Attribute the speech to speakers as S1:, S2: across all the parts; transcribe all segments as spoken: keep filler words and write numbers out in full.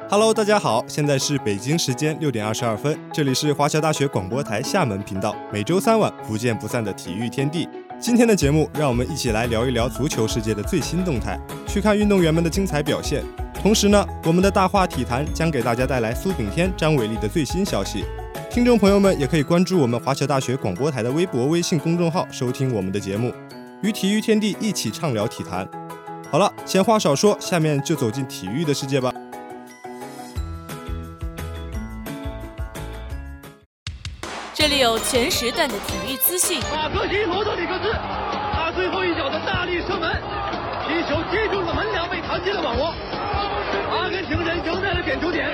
S1: Hello， 大家好，现在是北京时间六点二十二分，这里是华侨大学广播台厦门频道，每周三晚不见不散的体育天地。今天的节目，让我们一起来聊一聊足球世界的最新动态，去看运动员们的精彩表现。同时呢，我们的大话体坛将给大家带来苏炳添、张伟丽的最新消息。听众朋友们也可以关注我们华侨大学广播台的微博、微信公众号，收听我们的节目，与体育天地一起畅聊体坛。好了，闲话少说，下面就走进体育的世界吧。
S2: 这里有全时段的体育资讯。
S3: 马克西罗德里克斯，他最后一脚的大力射门，皮球击中了门梁，被弹进了网窝。阿根廷人仍在了点球点。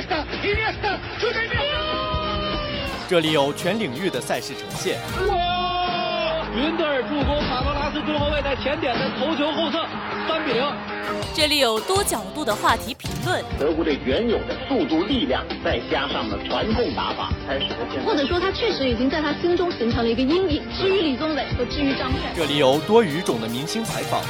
S4: 这里有全领域的赛事呈现。
S3: 哇！云德尔助攻卡罗拉斯中后卫在前点的头球后侧，三比零。
S2: 这里有多角度的话题评论。
S5: 德国队原有的速度、力量，再加上了传控打法，才使得现在。
S6: 或者说，他确实已经在他心中形成了一个阴影。至于李宗伟和至于张帅，
S4: 这里有多语种的明星采访。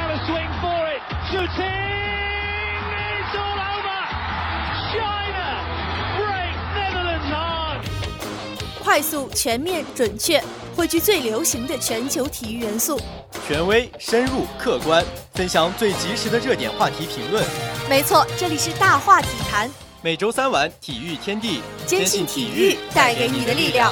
S2: 快速、全面、准确，汇聚最流行的全球体育元素，
S4: 权威、深入、客观，分享最及时的热点话题评论。
S2: 没错，这里是大话体坛，
S4: 每周三晚体育天地，
S2: 坚信体育带给你的力量。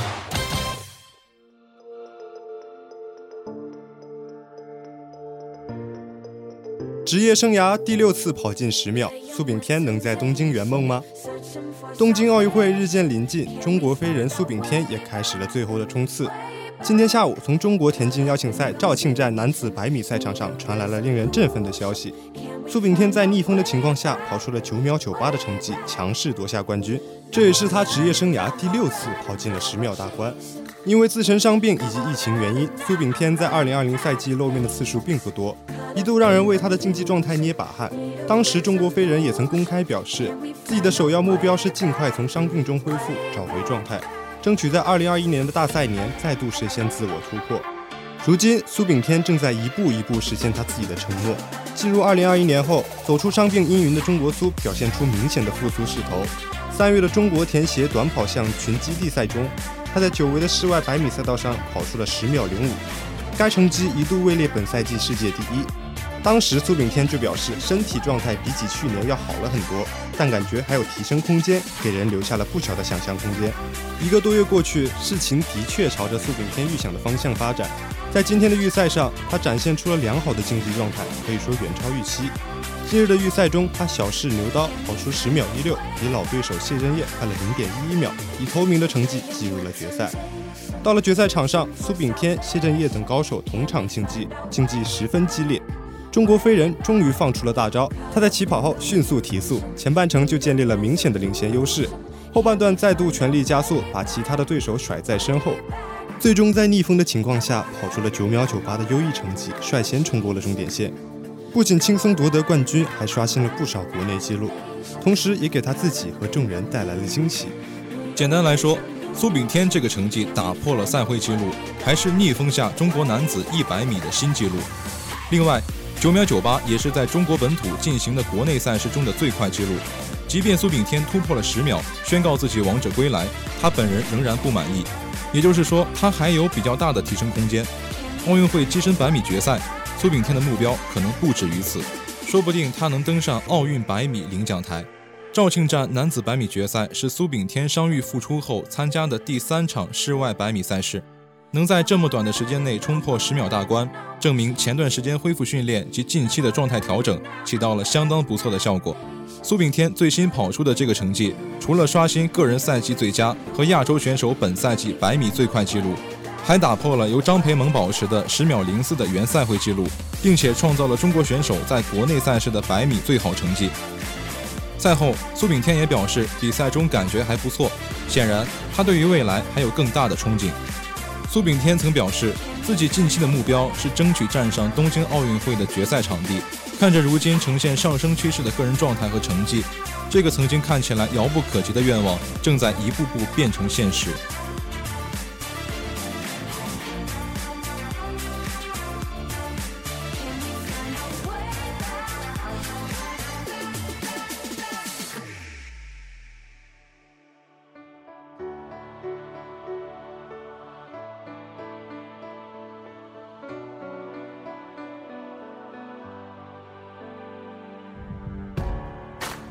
S1: 职业生涯第六次跑进十秒，苏炳添能在东京圆梦吗？东京奥运会日渐临近，中国飞人苏炳添也开始了最后的冲刺。今天下午，从中国田径邀请赛肇庆站男子百米赛场上传来了令人振奋的消息，苏炳添在逆风的情况下跑出了九秒九八的成绩，强势夺下冠军。这也是他职业生涯第六次跑进了十秒大关。因为自身伤病以及疫情原因，苏炳添在二零二零赛季露面的次数并不多，一度让人为他的竞技状态捏把汗。当时中国飞人也曾公开表示，自己的首要目标是尽快从伤病中恢复，找回状态，争取在二零二一年的大赛年再度实现自我突破。如今，苏炳添正在一步一步实现他自己的承诺。进入二零二一年后，走出伤病阴云的中国苏表现出明显的复苏势头。三月的中国田协短跑项群基地赛中，他在久违的室外百米赛道上跑出了十秒零五，该成绩一度位列本赛季世界第一。当时苏炳添就表示，身体状态比起去年要好了很多，但感觉还有提升空间，给人留下了不小的想象空间。一个多月过去，事情的确朝着苏炳添预想的方向发展。在今天的预赛上，他展现出了良好的竞技状态，可以说远超预期。今日的预赛中，他小试牛刀，跑出十秒一六，比老对手谢震业快了零点一一秒，以头名的成绩进入了决赛。到了决赛场上，苏炳添、谢震业等高手同场竞技，竞技十分激烈。中国飞人终于放出了大招，他在起跑后迅速提速，前半程就建立了明显的领先优势，后半段再度全力加速，把其他的对手甩在身后，最终在逆风的情况下跑出了九秒九八的优异成绩，率先冲过了终点线。不仅轻松夺得冠军，还刷新了不少国内纪录，同时也给他自己和众人带来了惊喜。
S7: 简单来说，苏炳添这个成绩打破了赛会纪录，还是逆风下中国男子一百米的新纪录。另外，九秒九八也是在中国本土进行的国内赛事中的最快纪录。即便苏炳添突破了十秒，宣告自己王者归来，他本人仍然不满意，也就是说，他还有比较大的提升空间。奥运会跻身百米决赛，苏炳添的目标可能不止于此，说不定他能登上奥运百米领奖台。肇庆站男子百米决赛是苏炳添伤愈复出后参加的第三场室外百米赛事，能在这么短的时间内冲破十秒大关，证明前段时间恢复训练及近期的状态调整起到了相当不错的效果。苏炳添最新跑出的这个成绩，除了刷新个人赛季最佳和亚洲选手本赛季百米最快纪录，还打破了由张培萌保持的十秒零四的原赛会纪录，并且创造了中国选手在国内赛事的百米最好成绩。赛后，苏炳添也表示比赛中感觉还不错，显然他对于未来还有更大的憧憬。苏炳添曾表示，自己近期的目标是争取站上东京奥运会的决赛场地。看着如今呈现上升趋势的个人状态和成绩，这个曾经看起来遥不可及的愿望正在一步步变成现实。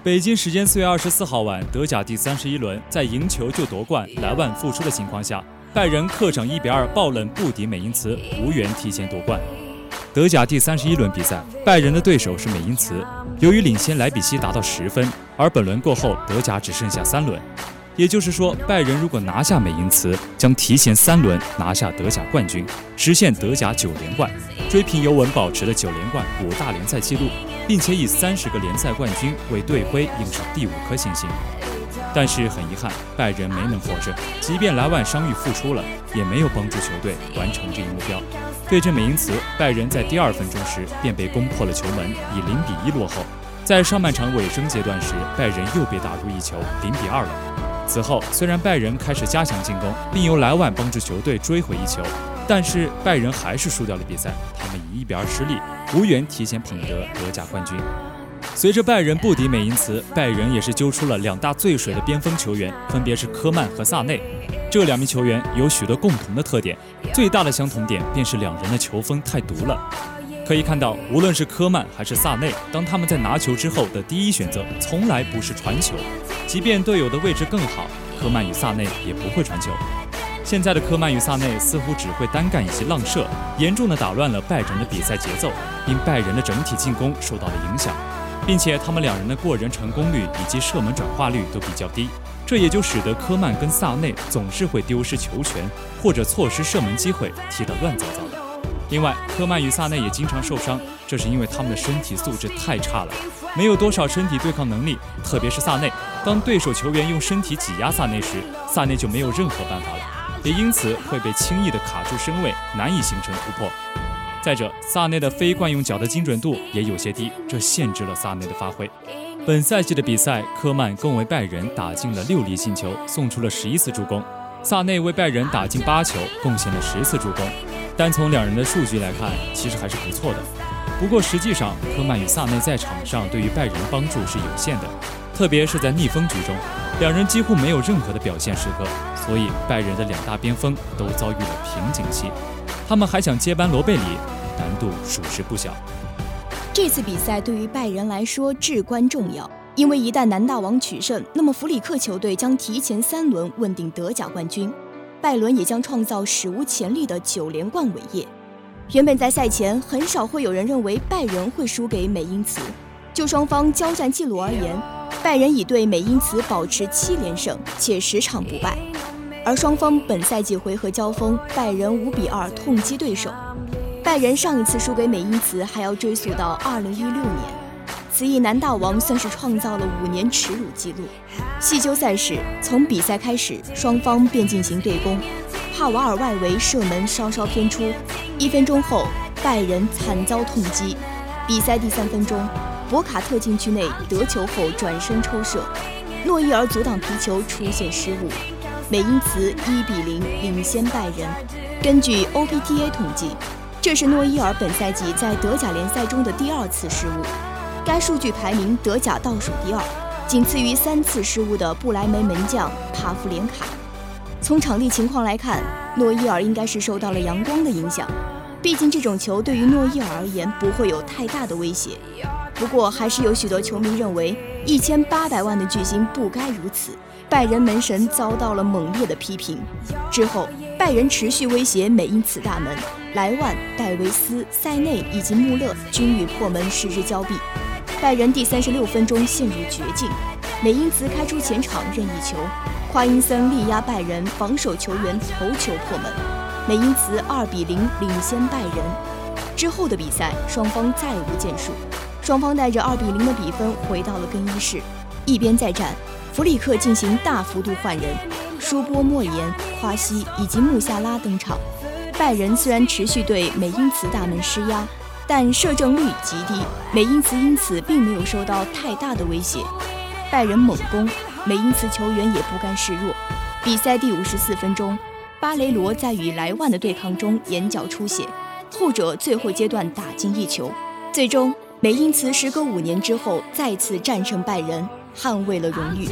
S8: 北京时间四月二十四号晚，德甲第三十一轮，在赢球就夺冠、莱万复出的情况下，拜仁客场一比二爆冷不敌美因茨，无缘提前夺冠。德甲第三十一轮比赛，拜仁的对手是美因茨，由于领先莱比锡达到十分，而本轮过后，德甲只剩下三轮，也就是说，拜仁如果拿下美因茨，将提前三轮拿下德甲冠军，实现德甲九连冠，追平尤文保持的九连冠五大联赛纪录，并且以三十个联赛冠军为队徽印上第五颗星星。但是很遗憾，拜仁没能获胜，即便莱万伤愈复出了，也没有帮助球队完成这一目标。对阵美因茨，拜仁在第二分钟时便被攻破了球门，以零比一落后。在上半场尾声阶段时，拜仁又被打入一球，零比二了。此后，虽然拜仁开始加强进攻，并由莱万帮助球队追回一球，但是拜仁还是输掉了比赛，他们以一比二失利，无缘提前捧得德甲冠军。随着拜仁不敌美因茨，拜仁也是揪出了两大最水的边锋球员，分别是科曼和萨内。这两名球员有许多共同的特点，最大的相同点便是两人的球风太毒了。可以看到，无论是科曼还是萨内，当他们在拿球之后的第一选择从来不是传球，即便队友的位置更好，科曼与萨内也不会传球。现在的科曼与萨内似乎只会单干以及浪射，严重地打乱了拜仁的比赛节奏，令拜仁的整体进攻受到了影响，并且他们两人的过人成功率以及射门转化率都比较低，这也就使得科曼跟萨内总是会丢失球权或者错失射门机会，踢得乱糟糟的。另外，科曼与萨内也经常受伤，这是因为他们的身体素质太差了，没有多少身体对抗能力，特别是萨内，当对手球员用身体挤压萨内时，萨内就没有任何办法了，也因此会被轻易地卡住身位，难以形成突破。再者，萨内的非惯用脚的精准度也有些低，这限制了萨内的发挥。本赛季的比赛，科曼共为拜仁打进了六粒进球，送出了十一次助攻；萨内为拜仁打进八球，贡献了十次助攻。单从两人的数据来看，其实还是不错的。不过实际上，科曼与萨内在场上对于拜仁的帮助是有限的，特别是在逆风局中，两人几乎没有任何的表现时刻，所以拜仁的两大边锋都遭遇了瓶颈期。他们还想接班罗贝里，难度属实不小。
S2: 这次比赛对于拜仁来说至关重要，因为一旦南大王取胜，那么弗里克球队将提前三轮问鼎德甲冠军，拜伦也将创造史无前例的九连冠伟业。原本在赛前很少会有人认为拜仁会输给美因茨，就双方交战记录而言，拜仁已对美因茨保持七连胜，且十场不败。而双方本赛季回合交锋，拜仁五比二痛击对手。拜仁上一次输给美因茨还要追溯到二零一六年，此役南大王算是创造了五年耻辱纪录。细究赛事，从比赛开始，双方便进行对攻，帕瓦尔外围射门稍稍偏出，一分钟后拜仁惨遭痛击。比赛第三分钟，博卡特禁区内得球后转身抽射，诺伊尔阻挡皮球出现失误，美因茨一比零领先拜仁。根据 O P T A 统计，这是诺伊尔本赛季在德甲联赛中的第二次失误，该数据排名德甲倒数第二，仅次于三次失误的布莱梅门将帕夫连卡。从场地情况来看，诺伊尔应该是受到了阳光的影响，毕竟这种球对于诺伊尔而言不会有太大的威胁。不过还是有许多球迷认为一千八百万的巨星不该如此，拜仁门神遭到了猛烈的批评。之后拜仁持续威胁美因茨大门，莱万、戴维斯、塞内以及穆勒均与破门失之交臂。拜仁第三十六分钟陷入绝境，美因茨开出前场任意球，夸因森力压拜仁防守球员头球破门，美因茨二比零领先拜仁。之后的比赛双方再无建树，双方带着二比零的比分回到了更衣室。一边再战，弗里克进行大幅度换人，舒波、莫言、夸西以及穆夏拉登场。拜仁虽然持续对美因茨大门施压，但射正率极低，美因茨因此并没有受到太大的威胁。拜仁猛攻，美因茨球员也不甘示弱。比赛第五十四分钟，巴雷罗在与莱万的对抗中眼角出血，后者最后阶段打进一球。最终，美因茨时隔五年之后再次战胜拜仁，捍卫了荣誉。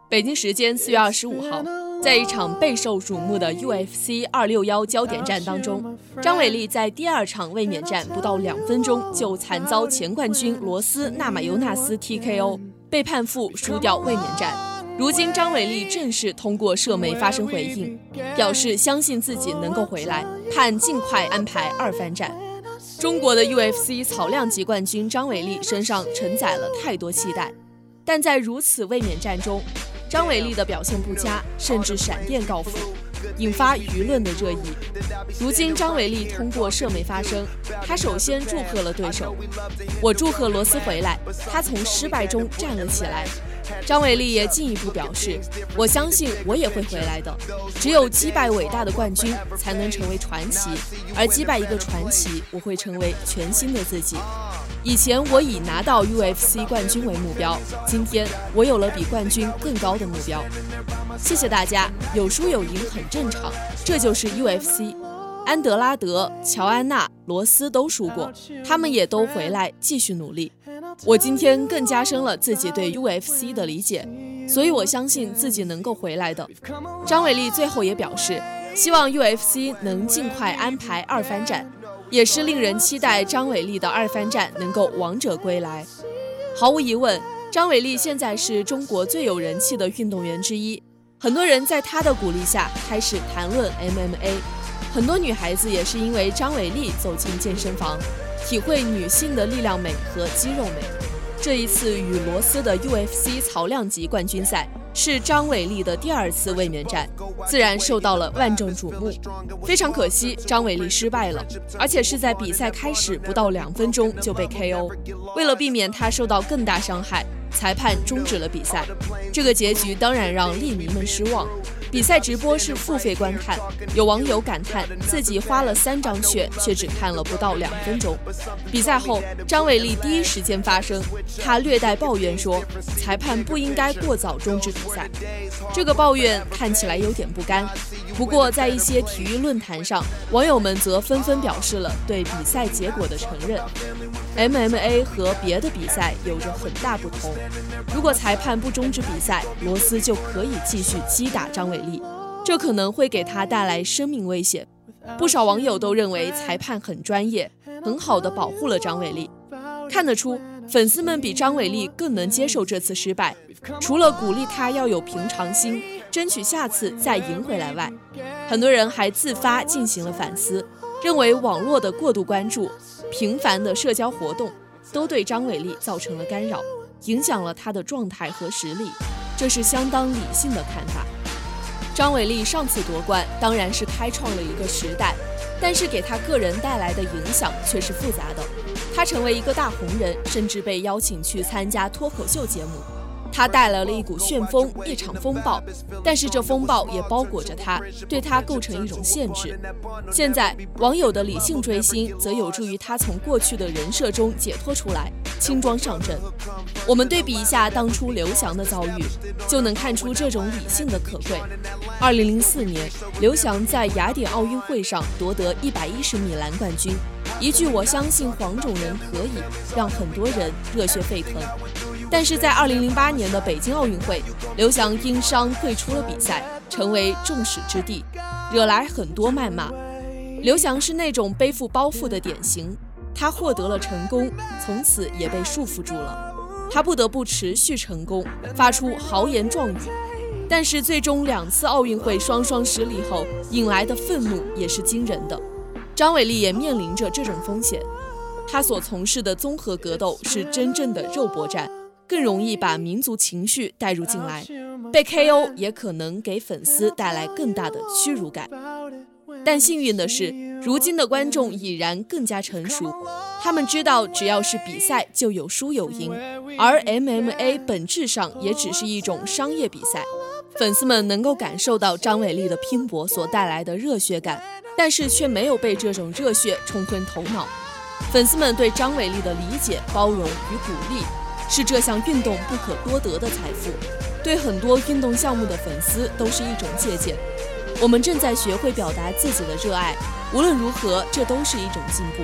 S9: 北京时间四月二十五号，在一场备受瞩目的 U F C 二六一焦点战当中，张伟丽在第二场卫冕战不到两分钟就惨遭前冠军罗斯纳马尤纳斯 T K O， 被判负输掉卫冕战。如今张伟丽正式通过社媒发声回应，表示相信自己能够回来，盼尽快安排二番战。中国的 U F C 草量级冠军张伟丽身上承载了太多期待，但在如此卫冕战中，张伟丽的表现不佳，甚至闪电告负，引发舆论的热议。如今张伟丽通过社媒发声，她首先祝贺了对手，我祝贺罗斯回来，他从失败中站了起来。张伟丽也进一步表示，我相信我也会回来的，只有击败伟大的冠军才能成为传奇，而击败一个传奇，我会成为全新的自己。以前我以拿到 U F C 冠军为目标，今天我有了比冠军更高的目标。谢谢大家，有输有赢很正常，这就是 U F C。 安德拉德、乔安娜、罗斯都输过，他们也都回来继续努力。我今天更加深了自己对 U F C 的理解，所以我相信自己能够回来的。张伟丽最后也表示，希望 U F C 能尽快安排二番战，也是令人期待张伟丽的二番战能够王者归来。毫无疑问，张伟丽现在是中国最有人气的运动员之一，很多人在她的鼓励下开始谈论 M M A， 很多女孩子也是因为张伟丽走进健身房，体会女性的力量美和肌肉美。这一次与罗斯的 U F C 草量级冠军赛是张伟丽的第二次卫冕战，自然受到了万众瞩目。非常可惜，张伟丽失败了，而且是在比赛开始不到两分钟就被 K O。 为了避免她受到更大伤害，裁判终止了比赛。这个结局当然让力迷们失望。比赛直播是付费观看，有网友感叹自己花了三张券，却只看了不到两分钟。比赛后，张伟丽第一时间发声，她略带抱怨说，裁判不应该过早终止比赛。这个抱怨看起来有点不甘，不过在一些体育论坛上，网友们则纷纷表示了对比赛结果的承认。M M A 和别的比赛有着很大不同，如果裁判不终止比赛，罗斯就可以继续击打张伟丽，这可能会给他带来生命危险。不少网友都认为裁判很专业，很好地保护了张伟丽。看得出，粉丝们比张伟丽更能接受这次失败，除了鼓励他要有平常心，争取下次再赢回来外，很多人还自发进行了反思，认为网络的过度关注、频繁的社交活动都对张伟丽造成了干扰，影响了她的状态和实力，这是相当理性的看法。张伟丽上次夺冠当然是开创了一个时代，但是给她个人带来的影响却是复杂的。她成为一个大红人，甚至被邀请去参加脱口秀节目。他带来了一股旋风，一场风暴，但是这风暴也包裹着他，对他构成一种限制。现在网友的理性追星则有助于他从过去的人设中解脱出来，轻装上阵。我们对比一下当初刘翔的遭遇，就能看出这种理性的可贵。二零零四年，刘翔在雅典奥运会上夺得一百一十米栏冠军，一句我相信黄种人可以，让很多人热血沸腾。但是在二零零八年的北京奥运会，刘翔因伤退出了比赛，成为众矢之的，惹来很多谩骂。刘翔是那种背负包袱的典型，他获得了成功，从此也被束缚住了，他不得不持续成功，发出豪言壮语。但是最终两次奥运会双双失利后，引来的愤怒也是惊人的。张伟丽也面临着这种风险，他所从事的综合格斗是真正的肉搏战，更容易把民族情绪带入进来，被 K O 也可能给粉丝带来更大的屈辱感。但幸运的是，如今的观众已然更加成熟，他们知道只要是比赛就有输有赢，而 M M A 本质上也只是一种商业比赛。粉丝们能够感受到张伟丽的拼搏所带来的热血感，但是却没有被这种热血冲昏头脑。粉丝们对张伟丽的理解、包容与鼓励，是这项运动不可多得的财富，对很多运动项目的粉丝都是一种借鉴。我们正在学会表达自己的热爱，无论如何，这都是一种进步。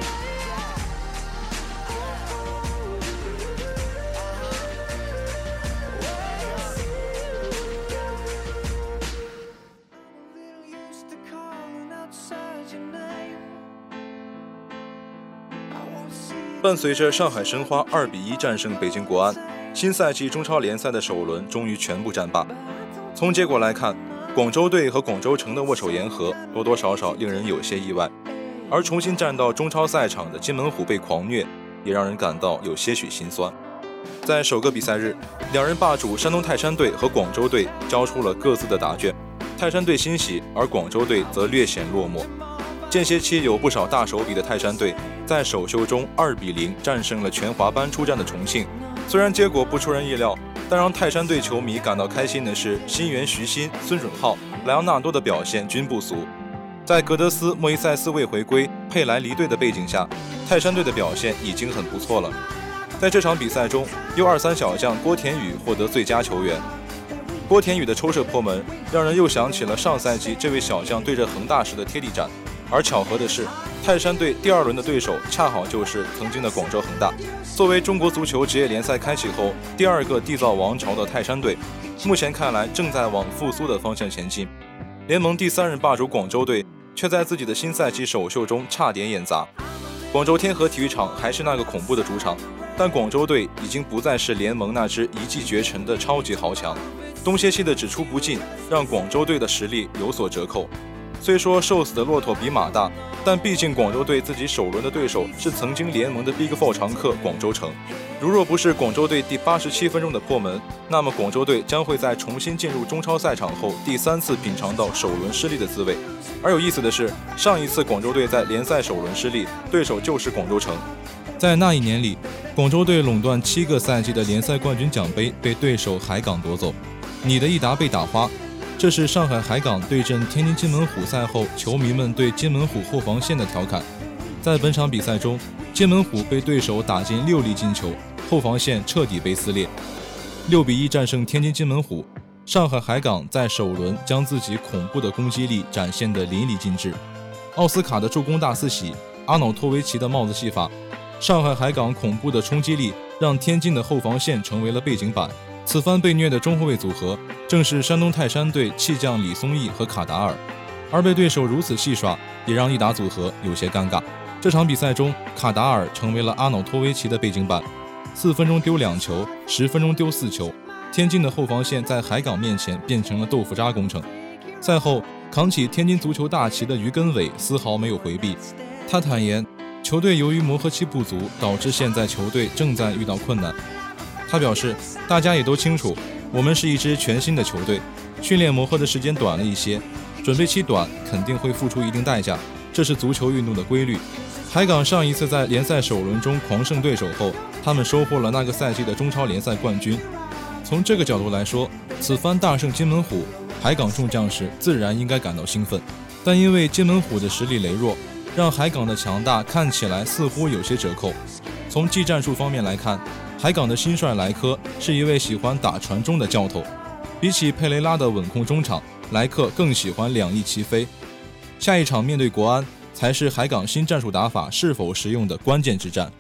S7: 伴随着上海申花二比一战胜北京国安，新赛季中超联赛的首轮终于全部战罢。从结果来看，广州队和广州城的握手言和多多少少令人有些意外，而重新站到中超赛场的金门虎被狂虐，也让人感到有些许心酸。在首个比赛日，两人霸主山东泰山队和广州队交出了各自的答卷，泰山队欣喜，而广州队则略显落寞。间歇期有不少大手笔的泰山队在首秀中二比零战胜了全华班出战的重庆，虽然结果不出人意料，但让泰山队球迷感到开心的是，新援徐新、孙准浩、莱昂纳多的表现均不俗。在格德斯、莫伊塞斯未回归、佩莱离队的背景下，泰山队的表现已经很不错了。在这场比赛中，U 二三小将郭田雨获得最佳球员。郭田雨的抽射破门，让人又想起了上赛季这位小将对阵恒大时的贴地斩。而巧合的是，泰山队第二轮的对手恰好就是曾经的广州恒大。作为中国足球职业联赛开启后第二个缔造王朝的泰山队，目前看来正在往复苏的方向前进。联盟第三任霸主广州队却在自己的新赛季首秀中差点演砸。广州天河体育场还是那个恐怖的主场，但广州队已经不再是联盟那支一骑绝尘的超级豪强。冬歇期的只出不进让广州队的实力有所折扣。虽说瘦死的骆驼比马大，但毕竟广州队自己首轮的对手是曾经联盟的 Big Four 常客广州城。如若不是广州队第八十七分钟的破门，那么广州队将会在重新进入中超赛场后第三次品尝到首轮失利的滋味。而有意思的是，上一次广州队在联赛首轮失利，对手就是广州城。在那一年里，广州队垄断七个赛季的联赛冠军奖杯被对手海港夺走，你的一达被打花。这是上海海港对阵天津金门虎赛后球迷们对金门虎后防线的调侃。在本场比赛中，金门虎被对手打进六粒进球，后防线彻底被撕裂。六比一战胜天津金门虎，上海海港在首轮将自己恐怖的攻击力展现得淋漓尽致。奥斯卡的助攻大四喜，阿瑙托维奇的帽子戏法，上海海港恐怖的冲击力让天津的后防线成为了背景板。此番被虐的中后卫组合正是山东泰山队弃将李松义和卡达尔，而被对手如此戏耍，也让一达组合有些尴尬。这场比赛中，卡达尔成为了阿瑙托维奇的背景板，四分钟丢两球，十分钟丢四球。天津的后防线在海港面前变成了豆腐渣工程。赛后，扛起天津足球大旗的于根伟丝毫没有回避，他坦言，球队由于磨合期不足，导致现在球队正在遇到困难。他表示，大家也都清楚，我们是一支全新的球队，训练磨合的时间短了一些，准备期短，肯定会付出一定代价，这是足球运动的规律。海港上一次在联赛首轮中狂胜对手后，他们收获了那个赛季的中超联赛冠军。从这个角度来说，此番大胜金门虎，海港众将士自然应该感到兴奋，但因为金门虎的实力羸弱，让海港的强大看起来似乎有些折扣。从技战术方面来看，海港的新帅莱科是一位喜欢打传中的教头，比起佩雷拉的稳控中场，莱克更喜欢两翼齐飞。下一场面对国安，才是海港新战术打法是否实用的关键之战。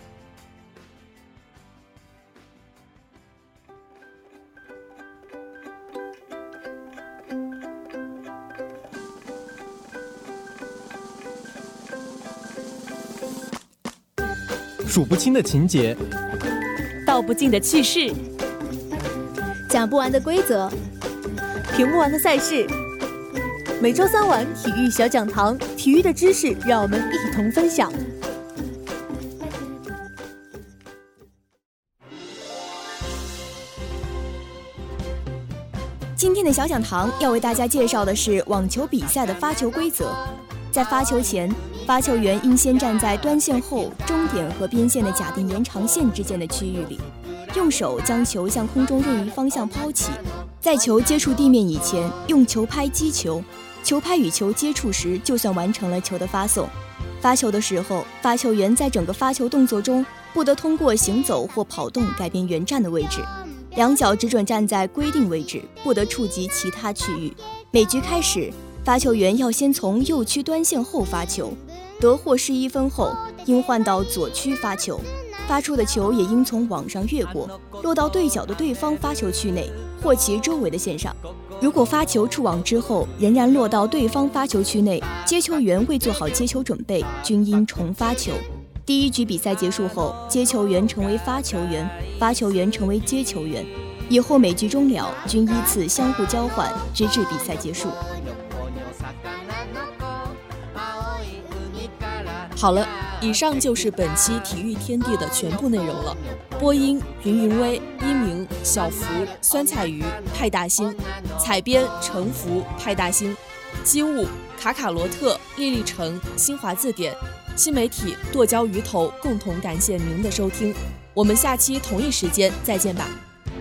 S10: 数不清的情节，
S11: 道不尽的趣事，
S12: 讲不完的规则，
S11: 评不完的赛事。
S12: 每周三晚体育小讲堂，体育的知识让我们一同分享。
S2: 今天的小讲堂要为大家介绍的是网球比赛的发球规则。在发球前，发球员应先站在端线后终点和边线的假定延长线之间的区域里，用手将球向空中任意方向抛起。在球接触地面以前，用球拍击球，球拍与球接触时就算完成了球的发送。发球的时候，发球员在整个发球动作中不得通过行走或跑动改变原站的位置，两脚只准站在规定位置，不得触及其他区域。每局开始，发球员要先从右区端线后发球，得获十一分后应换到左区发球，发出的球也应从网上越过，落到对角的对方发球区内或其周围的线上。如果发球触网之后仍然落到对方发球区内，接球员未做好接球准备，均应重发球。 第一局比赛结束后，接球员成为发球员，发球员成为接球员。以后每局终了，均依次相互交换，直至比赛结束。
S9: 好了，以上就是本期体育天地的全部内容了。播音：云云微、一鸣、小福、酸菜鱼、派大星；采编：程福、派大星；机务：卡卡罗特、丽丽橙、新华字典；新媒体：剁椒鱼头。共同感谢您的收听，我们下期同一时间再见吧。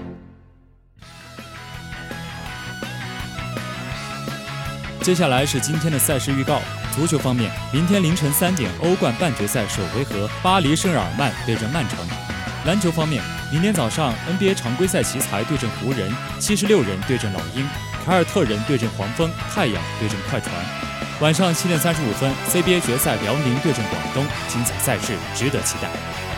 S8: 接下来是今天的赛事预告。足球方面，明天凌晨三点，欧冠半决赛首回合，巴黎圣日耳曼对阵曼城。篮球方面，明天早上 N B A 常规赛奇才对阵湖人，七十六人对阵老鹰，凯尔特人对阵黄蜂，太阳对阵快船。晚上七点三十五分 ，C B A 决赛辽宁对阵广东，精彩赛事值得期待。